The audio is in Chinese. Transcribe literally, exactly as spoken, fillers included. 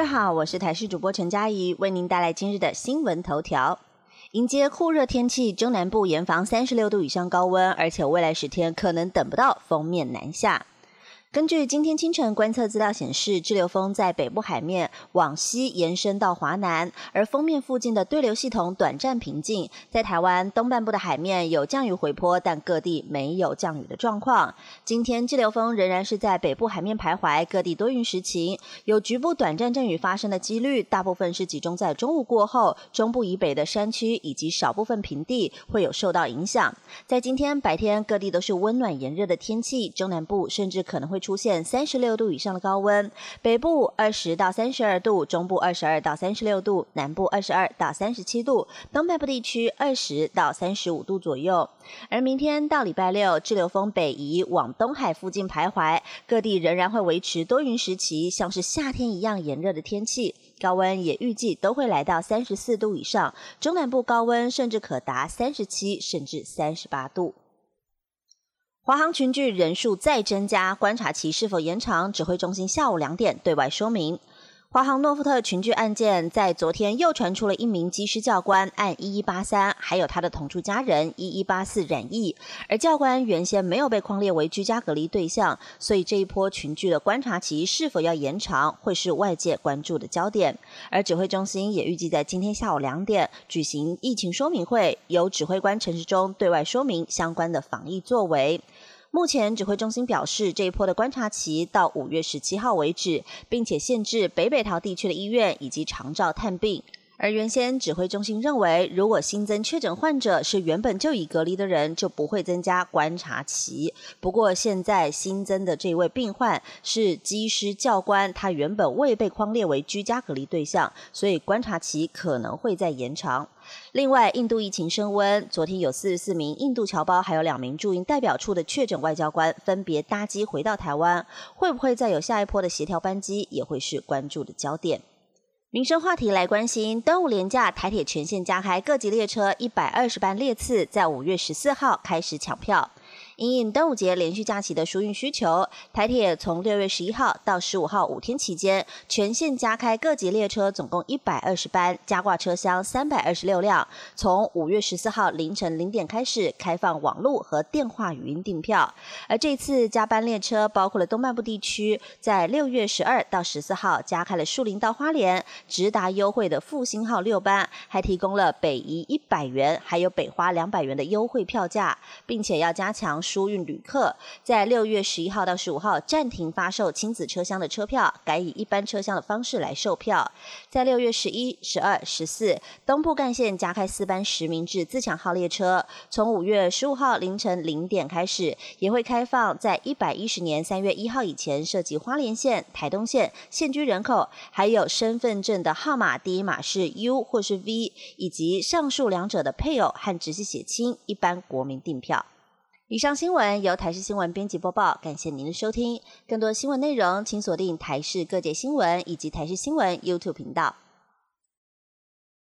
位好，我是台视主播陈佳怡，为您带来今日的新闻头条。迎接酷热天气，中南部严防三十六度以上高温，而且未来十天可能等不到锋面南下。根据今天清晨观测资料显示，滞留锋在北部海面往西延伸到华南，而锋面附近的对流系统短暂平静，在台湾东半部的海面有降雨回波，但各地没有降雨的状况。今天滞留锋仍然是在北部海面徘徊，各地多云时晴，有局部短暂阵雨发生的几率，大部分是集中在中午过后，中部以北的山区以及少部分平地会有受到影响。在今天白天，各地都是温暖炎热的天气，中南部甚至可能会出现三十六度以上的高温，北部二十到三十二度，中部二十二到三十六度，南部二十二到三十七度，东半部地区二十到三十五度左右。而明天到礼拜六，滞留锋北移往东海附近徘徊，各地仍然会维持多云时期，像是夏天一样炎热的天气，高温也预计都会来到三十四度以上，中南部高温甚至可达三十七甚至三十八度。华航群聚人数再增加，观察期是否延长？指挥中心下午两点对外说明。华航诺富特群聚案件在昨天又传出了一名机师教官按一一八三，还有他的同住家人一一八四染疫，而教官原先没有被匡列为居家隔离对象，所以这一波群聚的观察期是否要延长，会是外界关注的焦点。而指挥中心也预计在今天下午两点举行疫情说明会，由指挥官陈时中对外说明相关的防疫作为。目前指挥中心表示，这一波的观察期到五月十七号为止，并且限制北北桃地区的医院以及长照探病。而原先指挥中心认为，如果新增确诊患者是原本就已隔离的人，就不会增加观察期。不过现在新增的这位病患是机师教官，他原本未被匡列为居家隔离对象，所以观察期可能会再延长。另外，印度疫情升温，昨天有四十四名印度侨胞还有两名驻印代表处的确诊外交官分别搭机回到台湾，会不会再有下一波的协调班机，也会是关注的焦点。民生话题来关心，端午连假台铁全线加开各级列车一百二十班列次，在五月十四号开始抢票。因应端午节连续假期的疏运需求，台铁从六月十一号到十五号五天期间，全线加开各级列车总共一百二十班，加挂车厢三百二十六辆。从五月十四号凌晨零点开始开放网络和电话语音订票。而这次加班列车包括了东半部地区，在六月十二到十四号加开了树林到花莲直达优惠的复兴号六班，还提供了北移一百元还有北花两百元的优惠票价，并且要加强疏运旅客，在六月十一号到十五号暂停发售亲子车厢的车票，改以一般车厢的方式来售票。在六月十一、十二、十四，东部干线加开四班实名制自强号列车，从五月十五号凌晨零点开始，也会开放在一百一十年三月一号以前涉及花莲县、台东县现居人口，还有身份证的号码第一码是 U 或是 V， 以及上述两者的配偶和直系血亲一般国民订票。以上新闻由台视新闻编辑播报，感谢您的收听。更多新闻内容，请锁定台视各界新闻以及台视新闻 YouTube 频道。